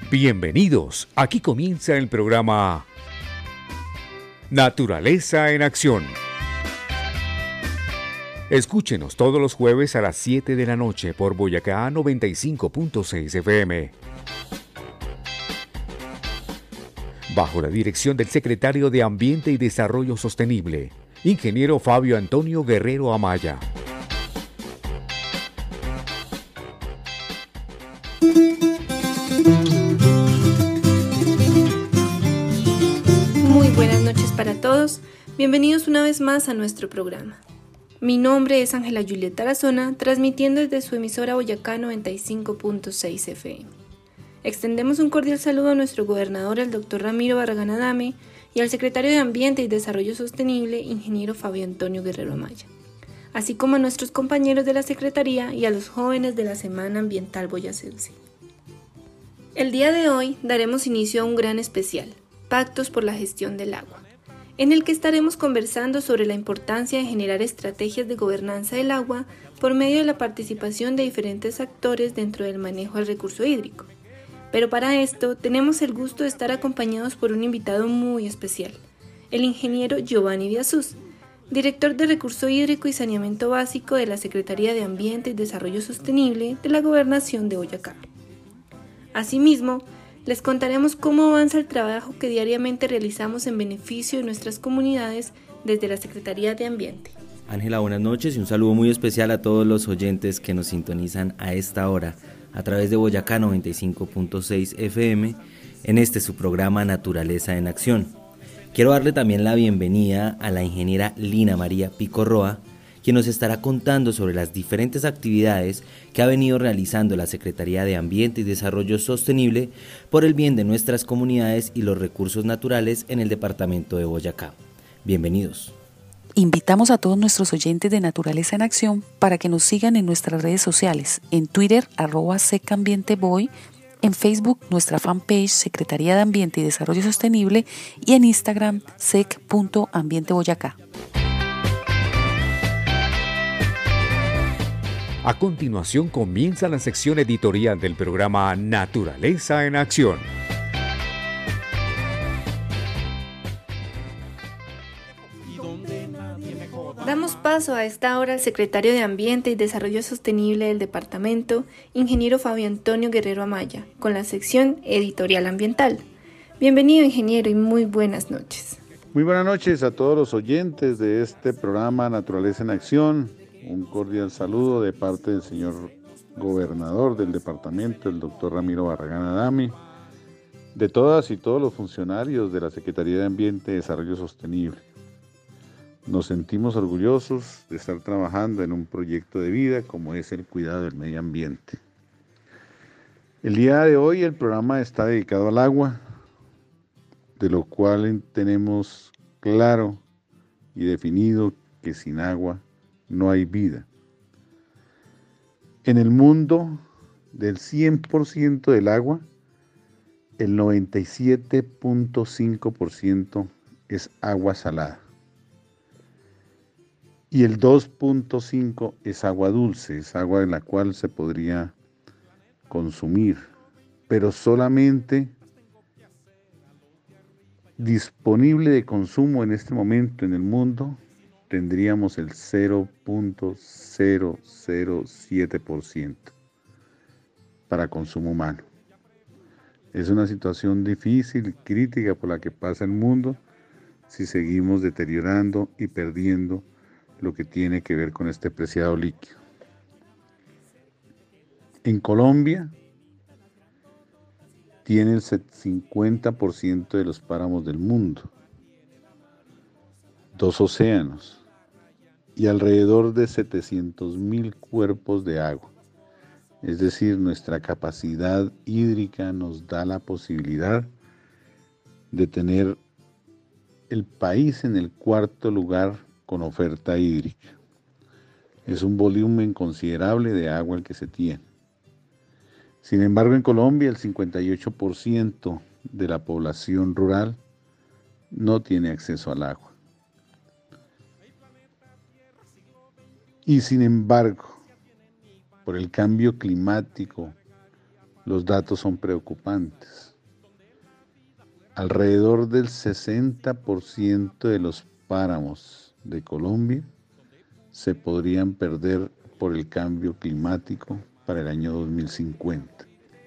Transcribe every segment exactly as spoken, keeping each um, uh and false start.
Bienvenidos, aquí comienza el programa Naturaleza en Acción. Escúchenos todos los jueves a las siete de la noche por Boyacá noventa y cinco punto seis F M. Bajo la dirección del secretario de Ambiente y Desarrollo Sostenible, ingeniero Fabio Antonio Guerrero Amaya. Muy buenas noches para todos, bienvenidos una vez más a nuestro programa. Mi nombre es Ángela Juliet Tarazona, transmitiendo desde su emisora Boyacá noventa y cinco punto seis F M. Extendemos un cordial saludo a nuestro gobernador, el doctor Ramiro Barragán Adame, y al secretario de Ambiente y Desarrollo Sostenible, ingeniero Fabio Antonio Guerrero Amaya, así como a nuestros compañeros de la Secretaría y a los jóvenes de la Semana Ambiental Boyacense. El día de hoy daremos inicio a un gran especial, Pactos por la Gestión del Agua, en el que estaremos conversando sobre la importancia de generar estrategias de gobernanza del agua por medio de la participación de diferentes actores dentro del manejo del recurso hídrico. Pero para esto tenemos el gusto de estar acompañados por un invitado muy especial, el ingeniero Giovanni Biasús, director de Recurso Hídrico y Saneamiento Básico de la Secretaría de Ambiente y Desarrollo Sostenible de la Gobernación de Boyacá. Asimismo, les contaremos cómo avanza el trabajo que diariamente realizamos en beneficio de nuestras comunidades desde la Secretaría de Ambiente. Ángela, buenas noches y un saludo muy especial a todos los oyentes que nos sintonizan a esta hora a través de Boyacá noventa y cinco punto seis F M en este su programa Naturaleza en Acción. Quiero darle también la bienvenida a la ingeniera Lina María Picorroa, quien nos estará contando sobre las diferentes actividades que ha venido realizando la Secretaría de Ambiente y Desarrollo Sostenible por el bien de nuestras comunidades y los recursos naturales en el departamento de Boyacá. Bienvenidos. Invitamos a todos nuestros oyentes de Naturaleza en Acción para que nos sigan en nuestras redes sociales, en Twitter, arroba secambienteboy, en Facebook, nuestra fanpage Secretaría de Ambiente y Desarrollo Sostenible y en Instagram, sec punto ambiente boyacá. A continuación comienza la sección editorial del programa Naturaleza en Acción. Damos paso a esta hora al secretario de Ambiente y Desarrollo Sostenible del departamento, ingeniero Fabio Antonio Guerrero Amaya, con la sección editorial ambiental. Bienvenido, ingeniero, y muy buenas noches. Muy buenas noches a todos los oyentes de este programa Naturaleza en Acción. Un cordial saludo de parte del señor gobernador del departamento, el doctor Ramiro Barragán Adame, de todas y todos los funcionarios de la Secretaría de Ambiente y Desarrollo Sostenible. Nos sentimos orgullosos de estar trabajando en un proyecto de vida como es el cuidado del medio ambiente. El día de hoy el programa está dedicado al agua, de lo cual tenemos claro y definido que sin agua no hay vida. En el mundo, del cien por ciento del agua, el noventa y siete punto cinco por ciento es agua salada. Y el dos punto cinco por ciento es agua dulce, es agua en la cual se podría consumir, pero solamente disponible de consumo en este momento en el mundo tendríamos el cero punto cero cero siete por ciento para consumo humano. Es una situación difícil y crítica por la que pasa el mundo si seguimos deteriorando y perdiendo lo que tiene que ver con este preciado líquido. En Colombia tiene el cincuenta por ciento de los páramos del mundo, dos océanos y alrededor de setecientos mil cuerpos de agua. Es decir, nuestra capacidad hídrica nos da la posibilidad de tener el país en el cuarto lugar con oferta hídrica. Es un volumen considerable de agua el que se tiene. Sin embargo, en Colombia el cincuenta y ocho por ciento de la población rural no tiene acceso al agua. Y sin embargo, por el cambio climático, los datos son preocupantes. Alrededor del sesenta por ciento de los páramos de Colombia se podrían perder por el cambio climático para el año dos mil cincuenta.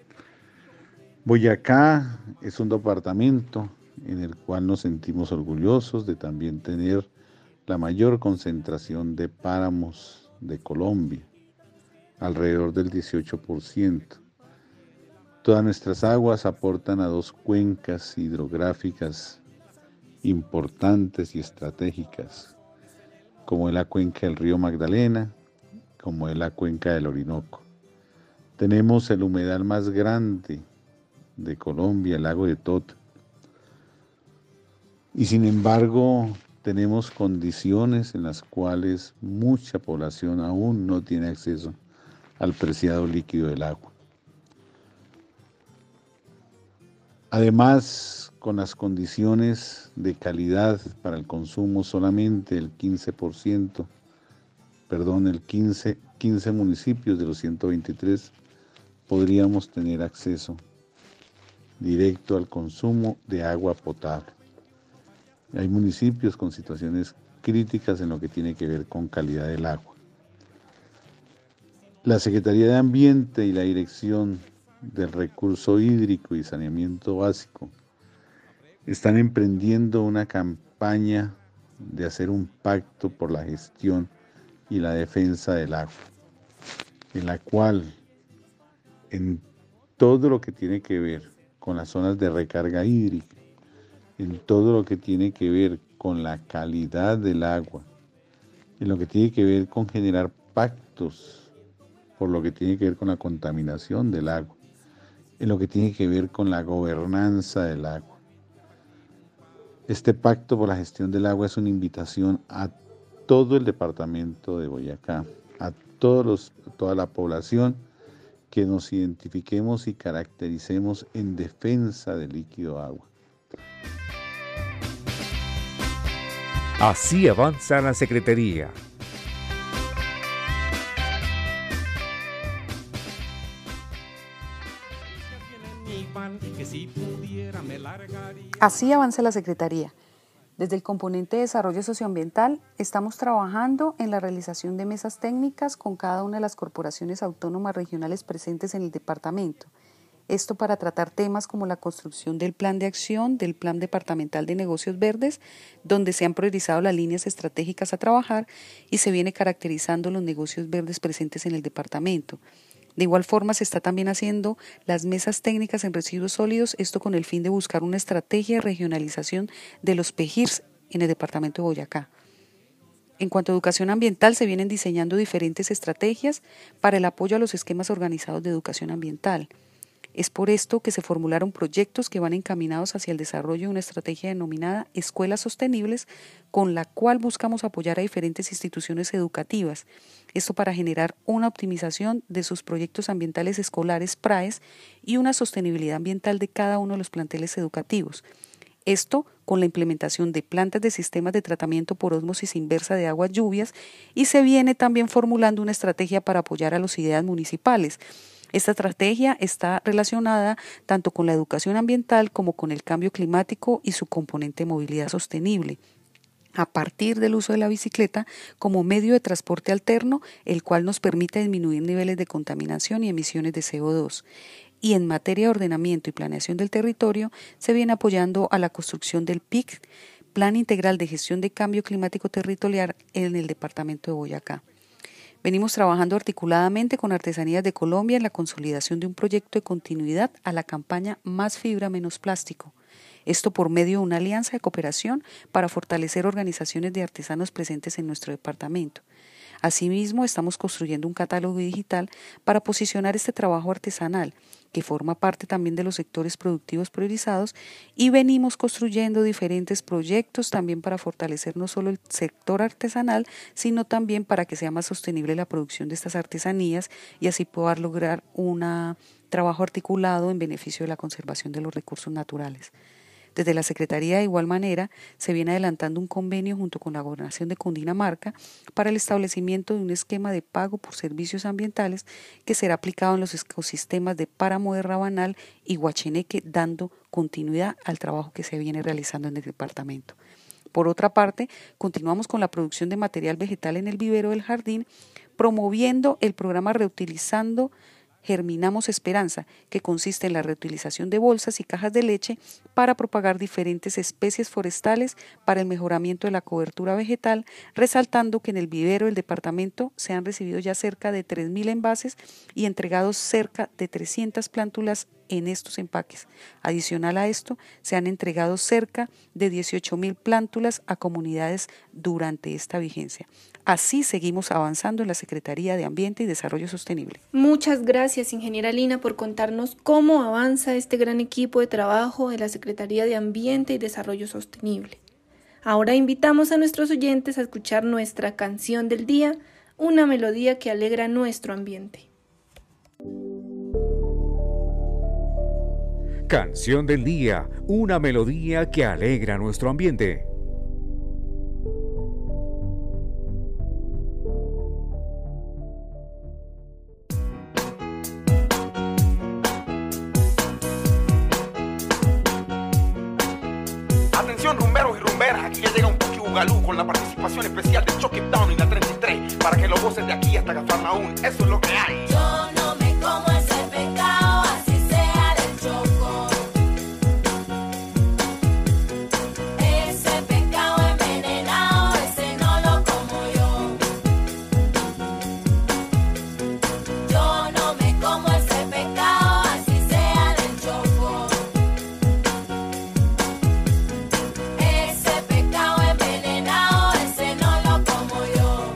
Boyacá es un departamento en el cual nos sentimos orgullosos de también tener la mayor concentración de páramos de Colombia, alrededor del dieciocho por ciento. Todas nuestras aguas aportan a dos cuencas hidrográficas importantes y estratégicas, como es la cuenca del río Magdalena, como es la cuenca del Orinoco. Tenemos el humedal más grande de Colombia, el lago de Tota. Y sin embargo, tenemos condiciones en las cuales mucha población aún no tiene acceso al preciado líquido del agua. Además, con las condiciones de calidad para el consumo, solamente el quince por ciento, perdón, el quince, quince municipios de los ciento veintitrés podríamos tener acceso directo al consumo de agua potable. Hay municipios con situaciones críticas en lo que tiene que ver con calidad del agua. La Secretaría de Ambiente y la Dirección del Recurso Hídrico y Saneamiento Básico están emprendiendo una campaña de hacer un pacto por la gestión y la defensa del agua, en la cual en todo lo que tiene que ver con las zonas de recarga hídrica, en todo lo que tiene que ver con la calidad del agua, en lo que tiene que ver con generar pactos por lo que tiene que ver con la contaminación del agua, en lo que tiene que ver con la gobernanza del agua. Este pacto por la gestión del agua es una invitación a todo el departamento de Boyacá, a todos los, toda la población, que nos identifiquemos y caractericemos en defensa del líquido agua. Así avanza la Secretaría. Así avanza la Secretaría. Desde el componente de desarrollo socioambiental estamos trabajando en la realización de mesas técnicas con cada una de las corporaciones autónomas regionales presentes en el departamento. Esto para tratar temas como la construcción del plan de acción, del plan departamental de negocios verdes, donde se han priorizado las líneas estratégicas a trabajar y se viene caracterizando los negocios verdes presentes en el departamento. De igual forma, se está también haciendo las mesas técnicas en residuos sólidos, esto con el fin de buscar una estrategia de regionalización de los P E G I Rs en el departamento de Boyacá. En cuanto a educación ambiental, se vienen diseñando diferentes estrategias para el apoyo a los esquemas organizados de educación ambiental. Es por esto que se formularon proyectos que van encaminados hacia el desarrollo de una estrategia denominada Escuelas Sostenibles, con la cual buscamos apoyar a diferentes instituciones educativas. Esto para generar una optimización de sus proyectos ambientales escolares P R A E S y una sostenibilidad ambiental de cada uno de los planteles educativos. Esto con la implementación de plantas de sistemas de tratamiento por ósmosis inversa de aguas lluvias, y se viene también formulando una estrategia para apoyar a los I D E A municipales. Esta estrategia está relacionada tanto con la educación ambiental como con el cambio climático y su componente de movilidad sostenible, a partir del uso de la bicicleta como medio de transporte alterno, el cual nos permite disminuir niveles de contaminación y emisiones de C O dos. Y en materia de ordenamiento y planeación del territorio, se viene apoyando a la construcción del P I C, Plan Integral de Gestión de Cambio Climático Territorial, en el departamento de Boyacá. Venimos trabajando articuladamente con Artesanías de Colombia en la consolidación de un proyecto de continuidad a la campaña Más Fibra, Menos Plástico. Esto por medio de una alianza de cooperación para fortalecer organizaciones de artesanos presentes en nuestro departamento. Asimismo, estamos construyendo un catálogo digital para posicionar este trabajo artesanal, que forma parte también de los sectores productivos priorizados, y venimos construyendo diferentes proyectos también para fortalecer no solo el sector artesanal, sino también para que sea más sostenible la producción de estas artesanías y así poder lograr un trabajo articulado en beneficio de la conservación de los recursos naturales. Desde la Secretaría, de igual manera, se viene adelantando un convenio junto con la Gobernación de Cundinamarca para el establecimiento de un esquema de pago por servicios ambientales que será aplicado en los ecosistemas de Páramo de Rabanal y Guachineque, dando continuidad al trabajo que se viene realizando en el departamento. Por otra parte, continuamos con la producción de material vegetal en el vivero del jardín, promoviendo el programa Reutilizando Germinamos Esperanza, que consiste en la reutilización de bolsas y cajas de leche para propagar diferentes especies forestales para el mejoramiento de la cobertura vegetal, resaltando que en el vivero del departamento se han recibido ya cerca de tres mil envases y entregados cerca de trescientas plántulas en estos empaques. Adicional a esto, se han entregado cerca de dieciocho mil plántulas a comunidades durante esta vigencia. Así seguimos avanzando en la Secretaría de Ambiente y Desarrollo Sostenible. Muchas gracias, ingeniera Lina, por contarnos cómo avanza este gran equipo de trabajo de la Secretaría de Ambiente y Desarrollo Sostenible. Ahora invitamos a nuestros oyentes a escuchar nuestra canción del día, una melodía que alegra nuestro ambiente. Canción del día, una melodía que alegra nuestro ambiente. Atención rumberos y rumberas, aquí ya llega un Puki Bugalú con la participación especial de Chucky Down y la treinta y tres, para que lo gocen de aquí hasta Cafarnaún, eso es lo que hay. Yo no me como ese pecado, así sea del choco. Ese pecado envenenado, ese no lo como yo. Yo no me como ese pecado, así sea del choco. Ese pecado envenenado, ese no lo como yo.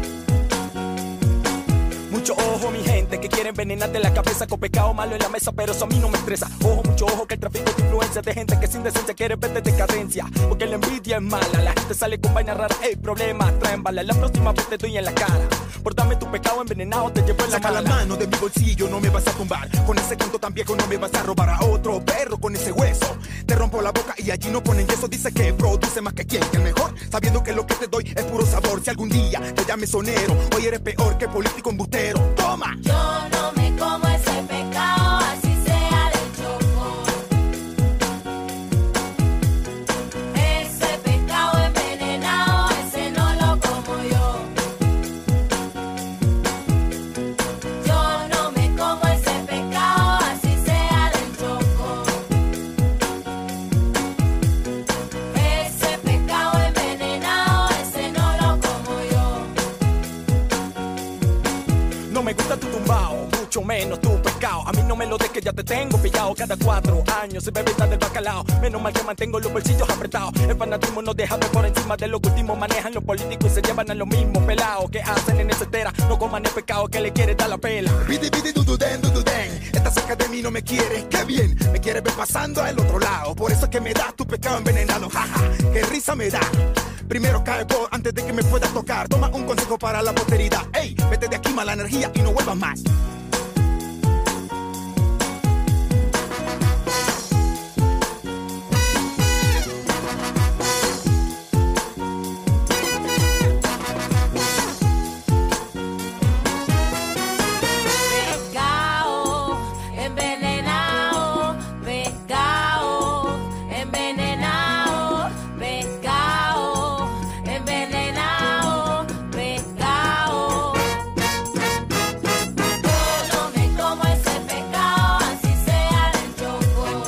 Mucho ojo mi gente que quiere envenenarte la cabeza con pecado malo en la mesa, pero eso a mí no me estresa. Ojo, mucho ojo que el tráfico de influencia de gente que sin decencia quiere verte decadencia, porque la envidia es mala, la gente sale con vainas raras, ey, problemas traen bala, la próxima vez te doy en la cara, por darme tu pecado envenenado te llevo en la Saca mala. la mano de mi bolsillo, no me vas a tumbar. Con ese canto tan viejo no me vas a robar a otro perro con ese hueso. Te rompo la boca y allí no ponen yeso. Dice que produce más que quien, que el mejor, sabiendo que lo que te doy es puro sabor. Si algún día te llames sonero, hoy eres peor que político embustero. ¡Toma! Yo no me como ese pecado, así sea del choco. Ese pecado envenenado, ese no lo como yo. Yo no me como ese pecado, así sea del choco. Ese pecado envenenado, ese no lo como yo. No me gusta tu tumbao, mucho menos tu pescado. A mí no me lo des que ya te tengo pillado. Cada cuatro años se bebe del bacalao. Menos mal que mantengo los bolsillos apretados. El fanatismo nos deja ver por encima de lo que último manejan los políticos y se llevan a los mismos pelados que hacen en esa estera. No coman el pecado que le quiere dar la pela. Pidi, pidi, du, du, den, du, du, den. Estás cerca de mí, no me quieres, qué bien. Me quieres ver pasando al otro lado. Por eso es que me das tu pecado envenenado. Jaja, qué risa me da. Primero cae vos antes de que me puedas tocar. Toma un consejo para la posteridad. Ey, vete de aquí, mala energía, y no vuelvas más. Pecado envenenado, pecado envenenado, pecado envenenado, pecado. Yo no me como ese pecado, así sea del choco.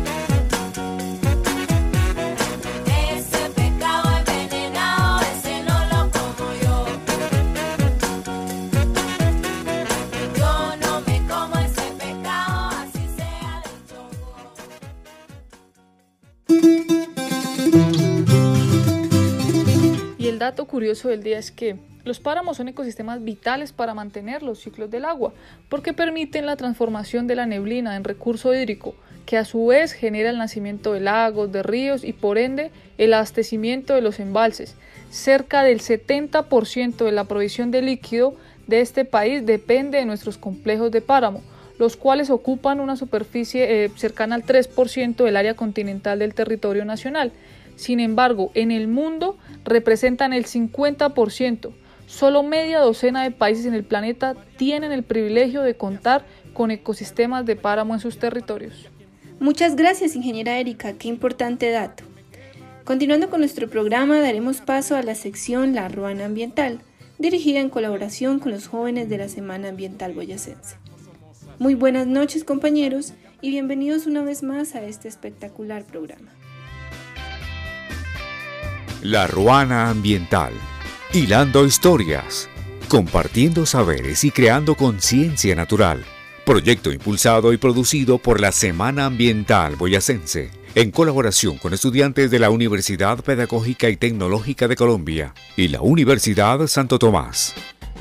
Ese pecado envenenado, ese no lo como yo. Yo no me como ese pecado, así sea del choco. Y el dato curioso del día es que los páramos son ecosistemas vitales para mantener los ciclos del agua, porque permiten la transformación de la neblina en recurso hídrico, que a su vez genera el nacimiento de lagos, de ríos y por ende el abastecimiento de los embalses. Cerca del setenta por ciento de la provisión de líquido de este país depende de nuestros complejos de páramo, los cuales ocupan una superficie eh, cercana al tres por ciento del área continental del territorio nacional. Sin embargo, en el mundo representan el cincuenta por ciento. Solo media docena de países en el planeta tienen el privilegio de contar con ecosistemas de páramo en sus territorios. Muchas gracias, ingeniera Erika, qué importante dato. Continuando con nuestro programa, daremos paso a la sección La Ruana Ambiental, dirigida en colaboración con los jóvenes de la Semana Ambiental Boyacense. Muy buenas noches, compañeros, y bienvenidos una vez más a este espectacular programa. La Ruana Ambiental, hilando historias, compartiendo saberes y creando conciencia natural. Proyecto impulsado y producido por la Semana Ambiental Boyacense, en colaboración con estudiantes de la Universidad Pedagógica y Tecnológica de Colombia y la Universidad Santo Tomás.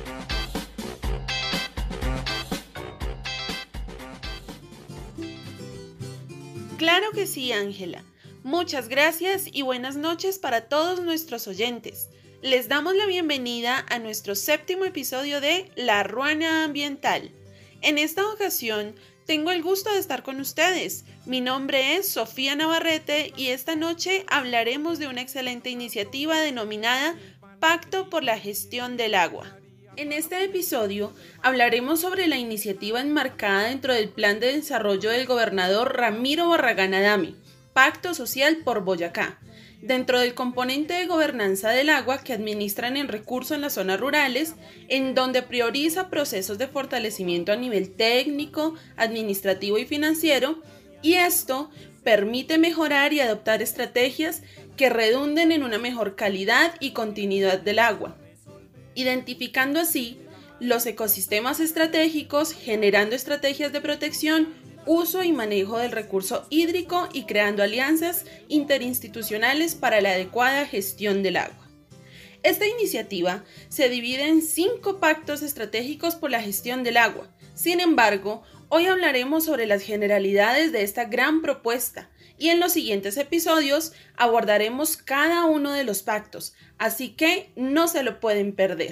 Claro que sí, Ángela. Muchas gracias y buenas noches para todos nuestros oyentes. Les damos la bienvenida a nuestro séptimo episodio de La Ruana Ambiental. En esta ocasión, tengo el gusto de estar con ustedes. Mi nombre es Sofía Navarrete y esta noche hablaremos de una excelente iniciativa denominada Pacto por la Gestión del Agua. En este episodio hablaremos sobre la iniciativa enmarcada dentro del Plan de Desarrollo del gobernador Ramiro Barragán Adame, Pacto Social por Boyacá, dentro del componente de gobernanza del agua que administran el recurso en las zonas rurales, en donde prioriza procesos de fortalecimiento a nivel técnico, administrativo y financiero, y esto permite mejorar y adoptar estrategias que redunden en una mejor calidad y continuidad del agua, identificando así los ecosistemas estratégicos, generando estrategias de protección, uso y manejo del recurso hídrico y creando alianzas interinstitucionales para la adecuada gestión del agua. Esta iniciativa se divide en cinco pactos estratégicos por la gestión del agua. Sin embargo, hoy hablaremos sobre las generalidades de esta gran propuesta y en los siguientes episodios abordaremos cada uno de los pactos, así que no se lo pueden perder.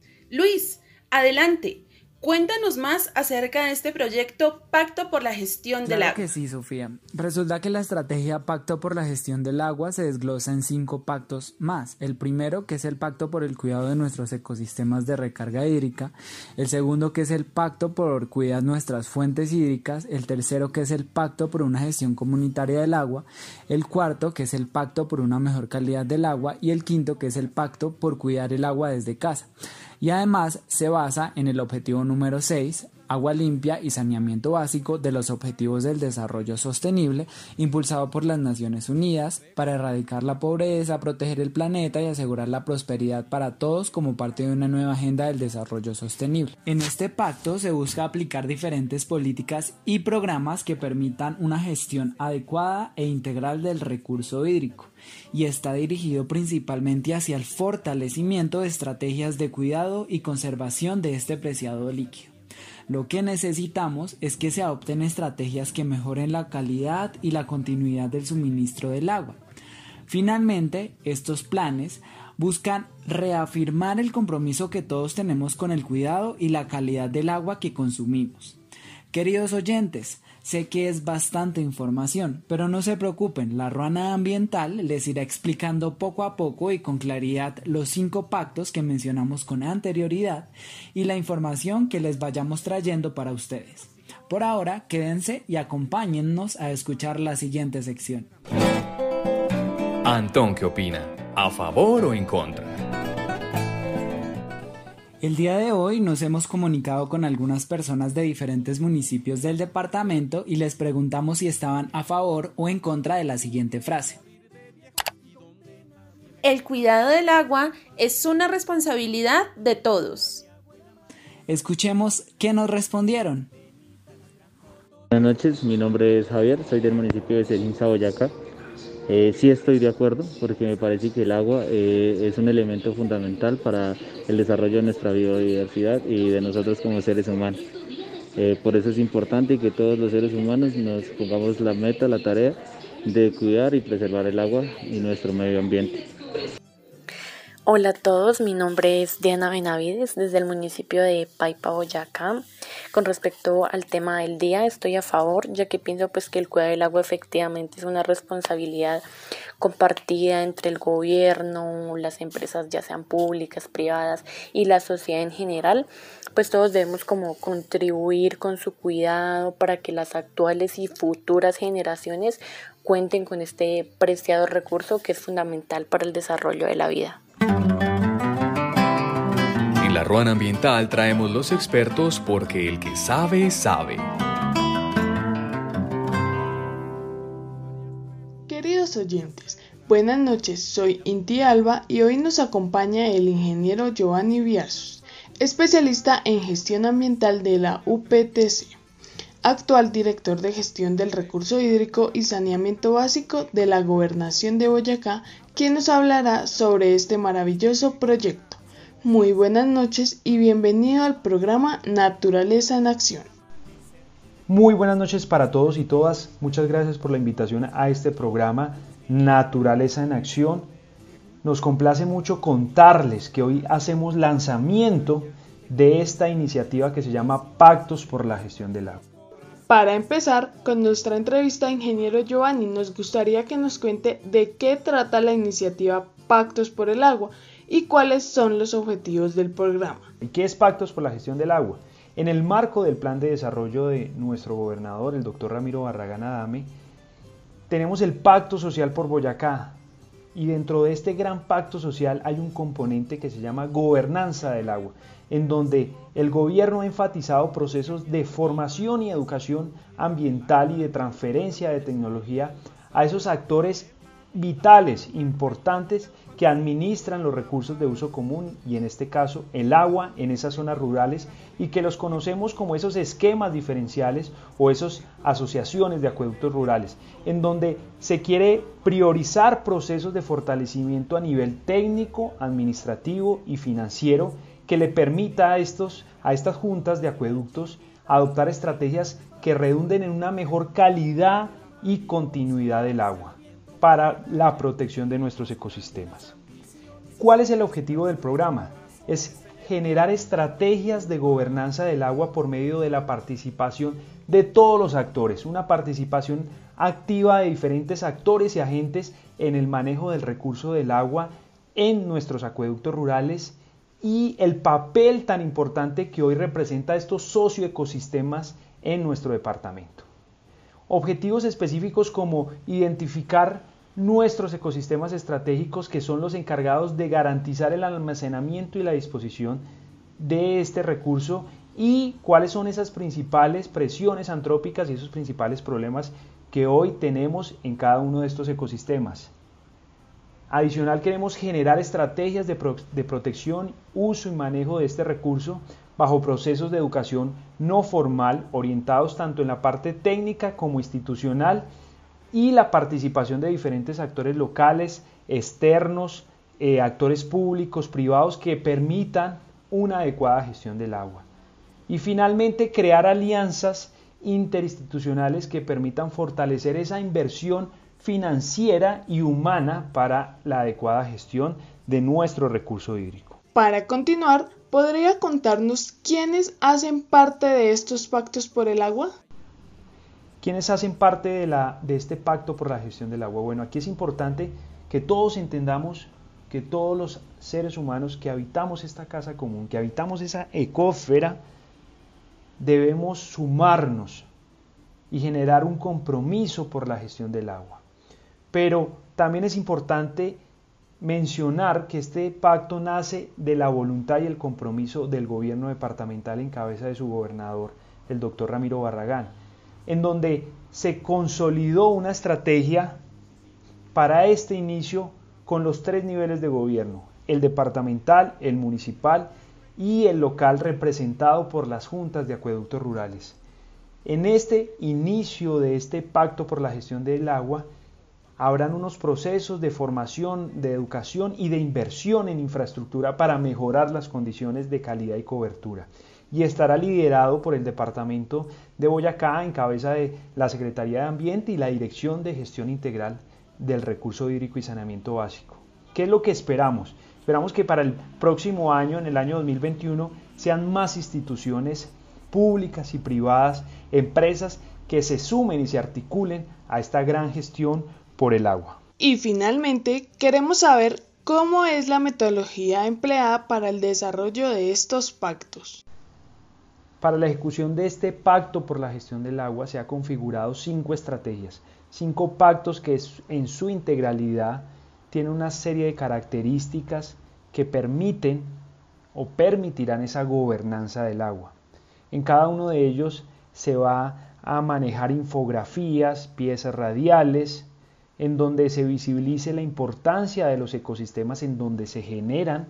Luis, adelante. Cuéntanos más acerca de este proyecto Pacto por la Gestión del Claro Agua. que sí, Sofía. Resulta que la estrategia Pacto por la Gestión del Agua se desglosa en cinco pactos más. El primero, que es el Pacto por el Cuidado de nuestros ecosistemas de recarga hídrica. El segundo, que es el Pacto por cuidar nuestras fuentes hídricas. El tercero, que es el Pacto por una gestión comunitaria del agua. El cuarto, que es el Pacto por una mejor calidad del agua. Y el quinto, que es el Pacto por cuidar el agua desde casa. Y además se basa en el objetivo número seis, agua limpia y saneamiento básico de los Objetivos del Desarrollo Sostenible, impulsado por las Naciones Unidas para erradicar la pobreza, proteger el planeta y asegurar la prosperidad para todos como parte de una nueva agenda del desarrollo sostenible. En este pacto se busca aplicar diferentes políticas y programas que permitan una gestión adecuada e integral del recurso hídrico, y está dirigido principalmente hacia el fortalecimiento de estrategias de cuidado y conservación de este preciado líquido. Lo que necesitamos es que se adopten estrategias que mejoren la calidad y la continuidad del suministro del agua. Finalmente, estos planes buscan reafirmar el compromiso que todos tenemos con el cuidado y la calidad del agua que consumimos. Queridos oyentes, sé que es bastante información, pero no se preocupen, la Ruana Ambiental les irá explicando poco a poco y con claridad los cinco pactos que mencionamos con anterioridad y la información que les vayamos trayendo para ustedes. Por ahora, quédense y acompáñennos a escuchar la siguiente sección. Antón, ¿qué opina? ¿A favor o en contra? El día de hoy nos hemos comunicado con algunas personas de diferentes municipios del departamento y les preguntamos si estaban a favor o en contra de la siguiente frase. El cuidado del agua es una responsabilidad de todos. Escuchemos qué nos respondieron. Buenas noches, mi nombre es Javier, soy del municipio de Celinza, Boyacá. Eh, sí estoy de acuerdo porque me parece que el agua eh, es un elemento fundamental para el desarrollo de nuestra biodiversidad y de nosotros como seres humanos. Eh, por eso es importante que todos los seres humanos nos pongamos la meta, la tarea de cuidar y preservar el agua y nuestro medio ambiente. Hola a todos, mi nombre es Diana Benavides desde el municipio de Paipa, Boyacá. Con respecto al tema del día, estoy a favor, ya que pienso pues que el cuidado del agua efectivamente es una responsabilidad compartida entre el gobierno, las empresas ya sean públicas, privadas y la sociedad en general. Pues todos debemos como contribuir con su cuidado para que las actuales y futuras generaciones cuenten con este preciado recurso que es fundamental para el desarrollo de la vida. En la Ruana Ambiental traemos los expertos porque el que sabe, sabe. Queridos oyentes, buenas noches, soy Inti Alba y hoy nos acompaña el ingeniero Giovanni Biasos, especialista en gestión ambiental de la U P T C, actual director de gestión del recurso hídrico y saneamiento básico de la Gobernación de Boyacá, quien nos hablará sobre este maravilloso proyecto. Muy buenas noches y bienvenido al programa Naturaleza en Acción. Muy buenas noches para todos y todas. Muchas gracias por la invitación a este programa Naturaleza en Acción. Nos complace mucho contarles que hoy hacemos lanzamiento de esta iniciativa que se llama Pactos por la Gestión del Agua. Para empezar con nuestra entrevista, ingeniero Giovanni, nos gustaría que nos cuente de qué trata la iniciativa Pactos por el Agua y cuáles son los objetivos del programa. ¿Y qué es Pactos por la Gestión del Agua? En el marco del plan de desarrollo de nuestro gobernador, el doctor Ramiro Barragán Adame, tenemos el Pacto Social por Boyacá, y dentro de este gran pacto social hay un componente que se llama gobernanza del agua, en donde el gobierno ha enfatizado procesos de formación y educación ambiental y de transferencia de tecnología a esos actores vitales, importantes, que administran los recursos de uso común y en este caso el agua en esas zonas rurales y que los conocemos como esos esquemas diferenciales o esas asociaciones de acueductos rurales, en donde se quiere priorizar procesos de fortalecimiento a nivel técnico, administrativo y financiero que le permita a, estos, a estas juntas de acueductos adoptar estrategias que redunden en una mejor calidad y continuidad del agua para la protección de nuestros ecosistemas. ¿Cuál es el objetivo del programa? Es generar estrategias de gobernanza del agua por medio de la participación de todos los actores, una participación activa de diferentes actores y agentes en el manejo del recurso del agua en nuestros acueductos rurales y el papel tan importante que hoy representa estos socioecosistemas en nuestro departamento. Objetivos específicos como identificar nuestros ecosistemas estratégicos que son los encargados de garantizar el almacenamiento y la disposición de este recurso y cuáles son esas principales presiones antrópicas y esos principales problemas que hoy tenemos en cada uno de estos ecosistemas. Adicional, queremos generar estrategias de, pro de protección, uso y manejo de este recurso bajo procesos de educación no formal orientados tanto en la parte técnica como institucional y la participación de diferentes actores locales, externos, eh, actores públicos, privados que permitan una adecuada gestión del agua. Y finalmente, crear alianzas interinstitucionales que permitan fortalecer esa inversión financiera y humana para la adecuada gestión de nuestro recurso hídrico. Para continuar, ¿podría contarnos quiénes hacen parte de estos pactos por el agua? ¿Quiénes hacen parte de, la, de este pacto por la gestión del agua? Bueno, aquí es importante que todos entendamos que todos los seres humanos que habitamos esta casa común, que habitamos esa ecósfera, debemos sumarnos y generar un compromiso por la gestión del agua. Pero también es importante mencionar que este pacto nace de la voluntad y el compromiso del gobierno departamental en cabeza de su gobernador, el doctor Ramiro Barragán, en donde se consolidó una estrategia para este inicio con los tres niveles de gobierno, el departamental, el municipal y el local representado por las juntas de acueductos rurales. En este inicio de este pacto por la gestión del agua, habrán unos procesos de formación, de educación y de inversión en infraestructura para mejorar las condiciones de calidad y cobertura. Y estará liderado por el Departamento de Boyacá en cabeza de la Secretaría de Ambiente y la Dirección de Gestión Integral del Recurso Hídrico y Saneamiento Básico. ¿Qué es lo que esperamos? Esperamos que para el próximo año, en el año dos mil veintiuno, sean más instituciones públicas y privadas, empresas que se sumen y se articulen a esta gran gestión por el agua. Y finalmente, queremos saber cómo es la metodología empleada para el desarrollo de estos pactos. Para la ejecución de este pacto por la gestión del agua se han configurado cinco estrategias, cinco pactos que en su integralidad tienen una serie de características que permiten o permitirán esa gobernanza del agua. En cada uno de ellos se va a manejar infografías, piezas radiales, en donde se visibilice la importancia de los ecosistemas en donde se generan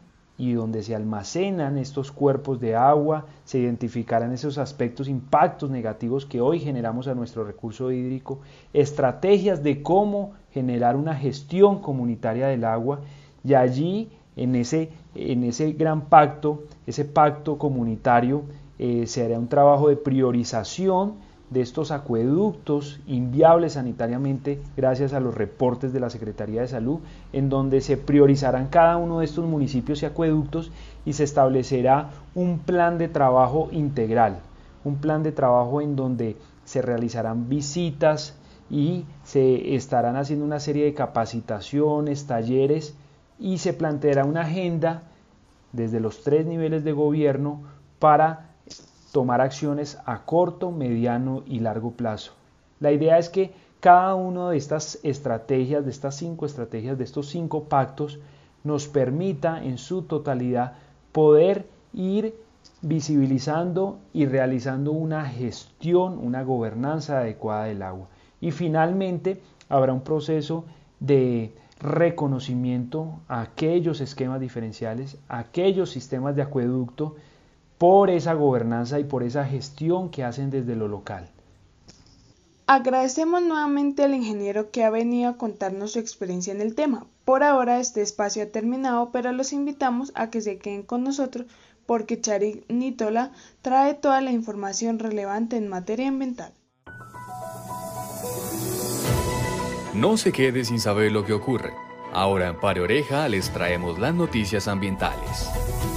y donde se almacenan estos cuerpos de agua, se identificarán esos aspectos, impactos negativos que hoy generamos a nuestro recurso hídrico, estrategias de cómo generar una gestión comunitaria del agua, y allí en ese, en ese gran pacto, ese pacto comunitario, eh, se hará un trabajo de priorización de estos acueductos inviables sanitariamente gracias a los reportes de la Secretaría de Salud, en donde se priorizarán cada uno de estos municipios y acueductos y se establecerá un plan de trabajo integral, un plan de trabajo en donde se realizarán visitas y se estarán haciendo una serie de capacitaciones, talleres, y se planteará una agenda desde los tres niveles de gobierno para tomar acciones a corto, mediano y largo plazo. La idea es que cada una de estas estrategias, de estas cinco estrategias, de estos cinco pactos, nos permita en su totalidad poder ir visibilizando y realizando una gestión, una gobernanza adecuada del agua. Y finalmente habrá un proceso de reconocimiento a aquellos esquemas diferenciales, a aquellos sistemas de acueducto, por esa gobernanza y por esa gestión que hacen desde lo local. Agradecemos nuevamente al ingeniero que ha venido a contarnos su experiencia en el tema. Por ahora este espacio ha terminado, pero los invitamos a que se queden con nosotros porque Charik Nítola trae toda la información relevante en materia ambiental. No se quede sin saber lo que ocurre. Ahora en Pare Oreja les traemos las noticias ambientales.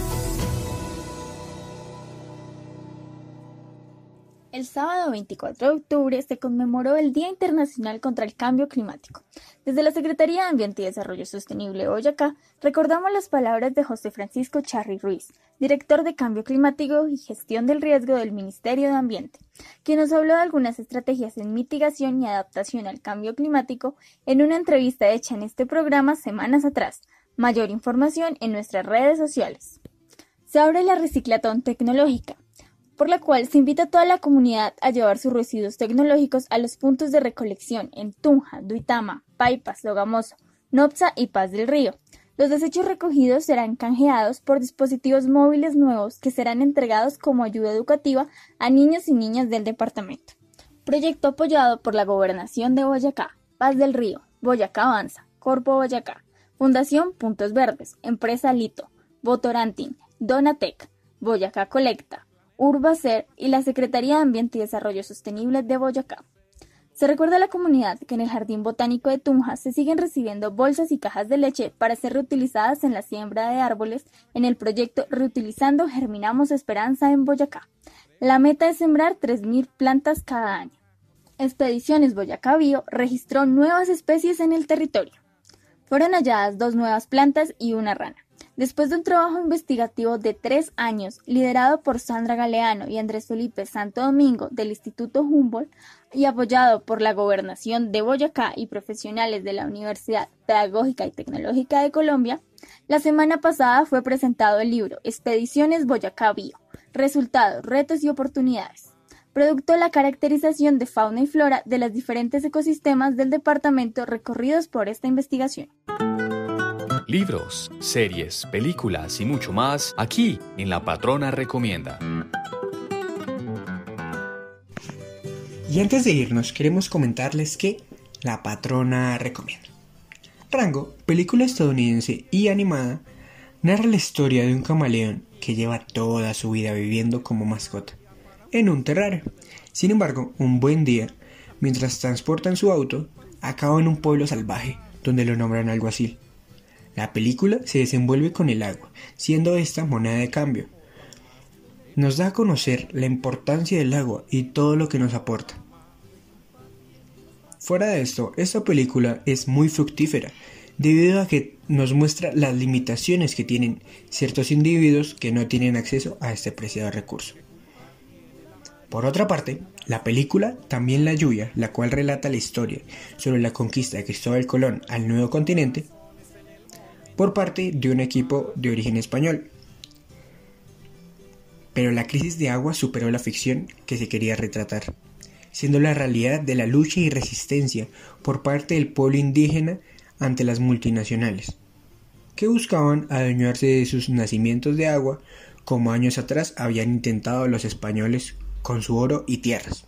El sábado veinticuatro de octubre se conmemoró el Día Internacional contra el Cambio Climático. Desde la Secretaría de Ambiente y Desarrollo Sostenible de Boyacá, recordamos las palabras de José Francisco Charri Ruiz, director de Cambio Climático y Gestión del Riesgo del Ministerio de Ambiente, quien nos habló de algunas estrategias en mitigación y adaptación al cambio climático en una entrevista hecha en este programa semanas atrás. Mayor información en nuestras redes sociales. Se abre la Reciclatón Tecnológica, por la cual se invita a toda la comunidad a llevar sus residuos tecnológicos a los puntos de recolección en Tunja, Duitama, Paipas, Sogamoso, Nopsa y Paz del Río. Los desechos recogidos serán canjeados por dispositivos móviles nuevos que serán entregados como ayuda educativa a niños y niñas del departamento. Proyecto apoyado por la Gobernación de Boyacá, Paz del Río, Boyacá Avanza, Corpo Boyacá, Fundación Puntos Verdes, Empresa Lito, Votorantin, Donatec, Boyacá Colecta, Urbacer y la Secretaría de Ambiente y Desarrollo Sostenible de Boyacá. Se recuerda a la comunidad que en el Jardín Botánico de Tunja se siguen recibiendo bolsas y cajas de leche para ser reutilizadas en la siembra de árboles en el proyecto Reutilizando Germinamos Esperanza en Boyacá. La meta es sembrar tres mil plantas cada año. Expediciones Boyacá Bio registró nuevas especies en el territorio. Fueron halladas dos nuevas plantas y una rana. Después de un trabajo investigativo de tres años, liderado por Sandra Galeano y Andrés Felipe Santo Domingo del Instituto Humboldt y apoyado por la Gobernación de Boyacá y profesionales de la Universidad Pedagógica y Tecnológica de Colombia, la semana pasada fue presentado el libro Expediciones Boyacá Bio, Resultados, Retos y Oportunidades, producto de la caracterización de fauna y flora de los diferentes ecosistemas del departamento recorridos por esta investigación. Libros, series, películas y mucho más aquí en La Patrona Recomienda. Y antes de irnos queremos comentarles que La Patrona Recomienda. Rango, película estadounidense y animada, narra la historia de un camaleón que lleva toda su vida viviendo como mascota en un terrario. Sin embargo, un buen día, mientras transporta en su auto, acaba en un pueblo salvaje donde lo nombran alguacil. La película se desenvuelve con el agua, siendo esta moneda de cambio. Nos da a conocer la importancia del agua y todo lo que nos aporta. Fuera de esto, esta película es muy fructífera, debido a que nos muestra las limitaciones que tienen ciertos individuos que no tienen acceso a este preciado recurso. Por otra parte, la película También la lluvia, la cual relata la historia sobre la conquista de Cristóbal Colón al nuevo continente, por parte de un equipo de origen español. Pero la crisis de agua superó la ficción que se quería retratar, siendo la realidad de la lucha y resistencia por parte del pueblo indígena ante las multinacionales, que buscaban adueñarse de sus nacimientos de agua, como años atrás habían intentado los españoles con su oro y tierras.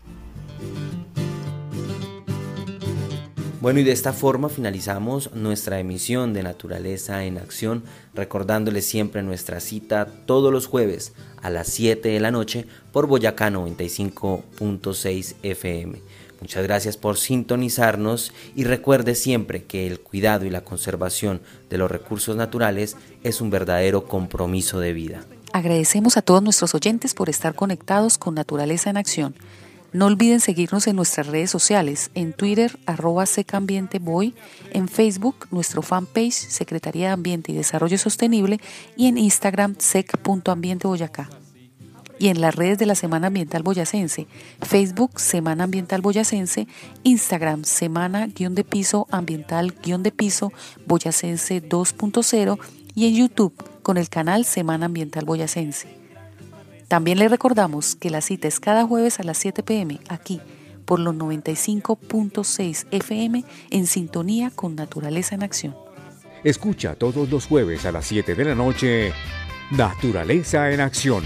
Bueno, y de esta forma finalizamos nuestra emisión de Naturaleza en Acción, recordándoles siempre nuestra cita todos los jueves a las siete de la noche por Boyacá noventa y cinco punto seis F M. Muchas gracias por sintonizarnos y recuerde siempre que el cuidado y la conservación de los recursos naturales es un verdadero compromiso de vida. Agradecemos a todos nuestros oyentes por estar conectados con Naturaleza en Acción. No olviden seguirnos en nuestras redes sociales, en Twitter, arroba secambienteboy, en Facebook, nuestro fanpage, Secretaría de Ambiente y Desarrollo Sostenible, y en Instagram, sec punto ambiente boyacá. Y en las redes de la Semana Ambiental Boyacense, Facebook, Semana Ambiental Boyacense, Instagram, Semana guión de piso ambiental guión de piso boyacense dos punto cero, y en YouTube, con el canal Semana Ambiental Boyacense. También les recordamos que la cita es cada jueves a las siete pe eme aquí por los noventa y cinco punto seis F M en sintonía con Naturaleza en Acción. Escucha todos los jueves a las siete de la noche Naturaleza en Acción.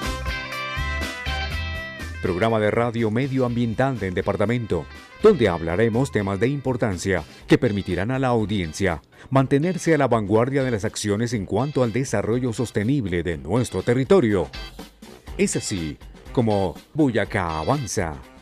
Programa de radio medioambiental del departamento, donde hablaremos temas de importancia que permitirán a la audiencia mantenerse a la vanguardia de las acciones en cuanto al desarrollo sostenible de nuestro territorio. Es así como Boyacá avanza.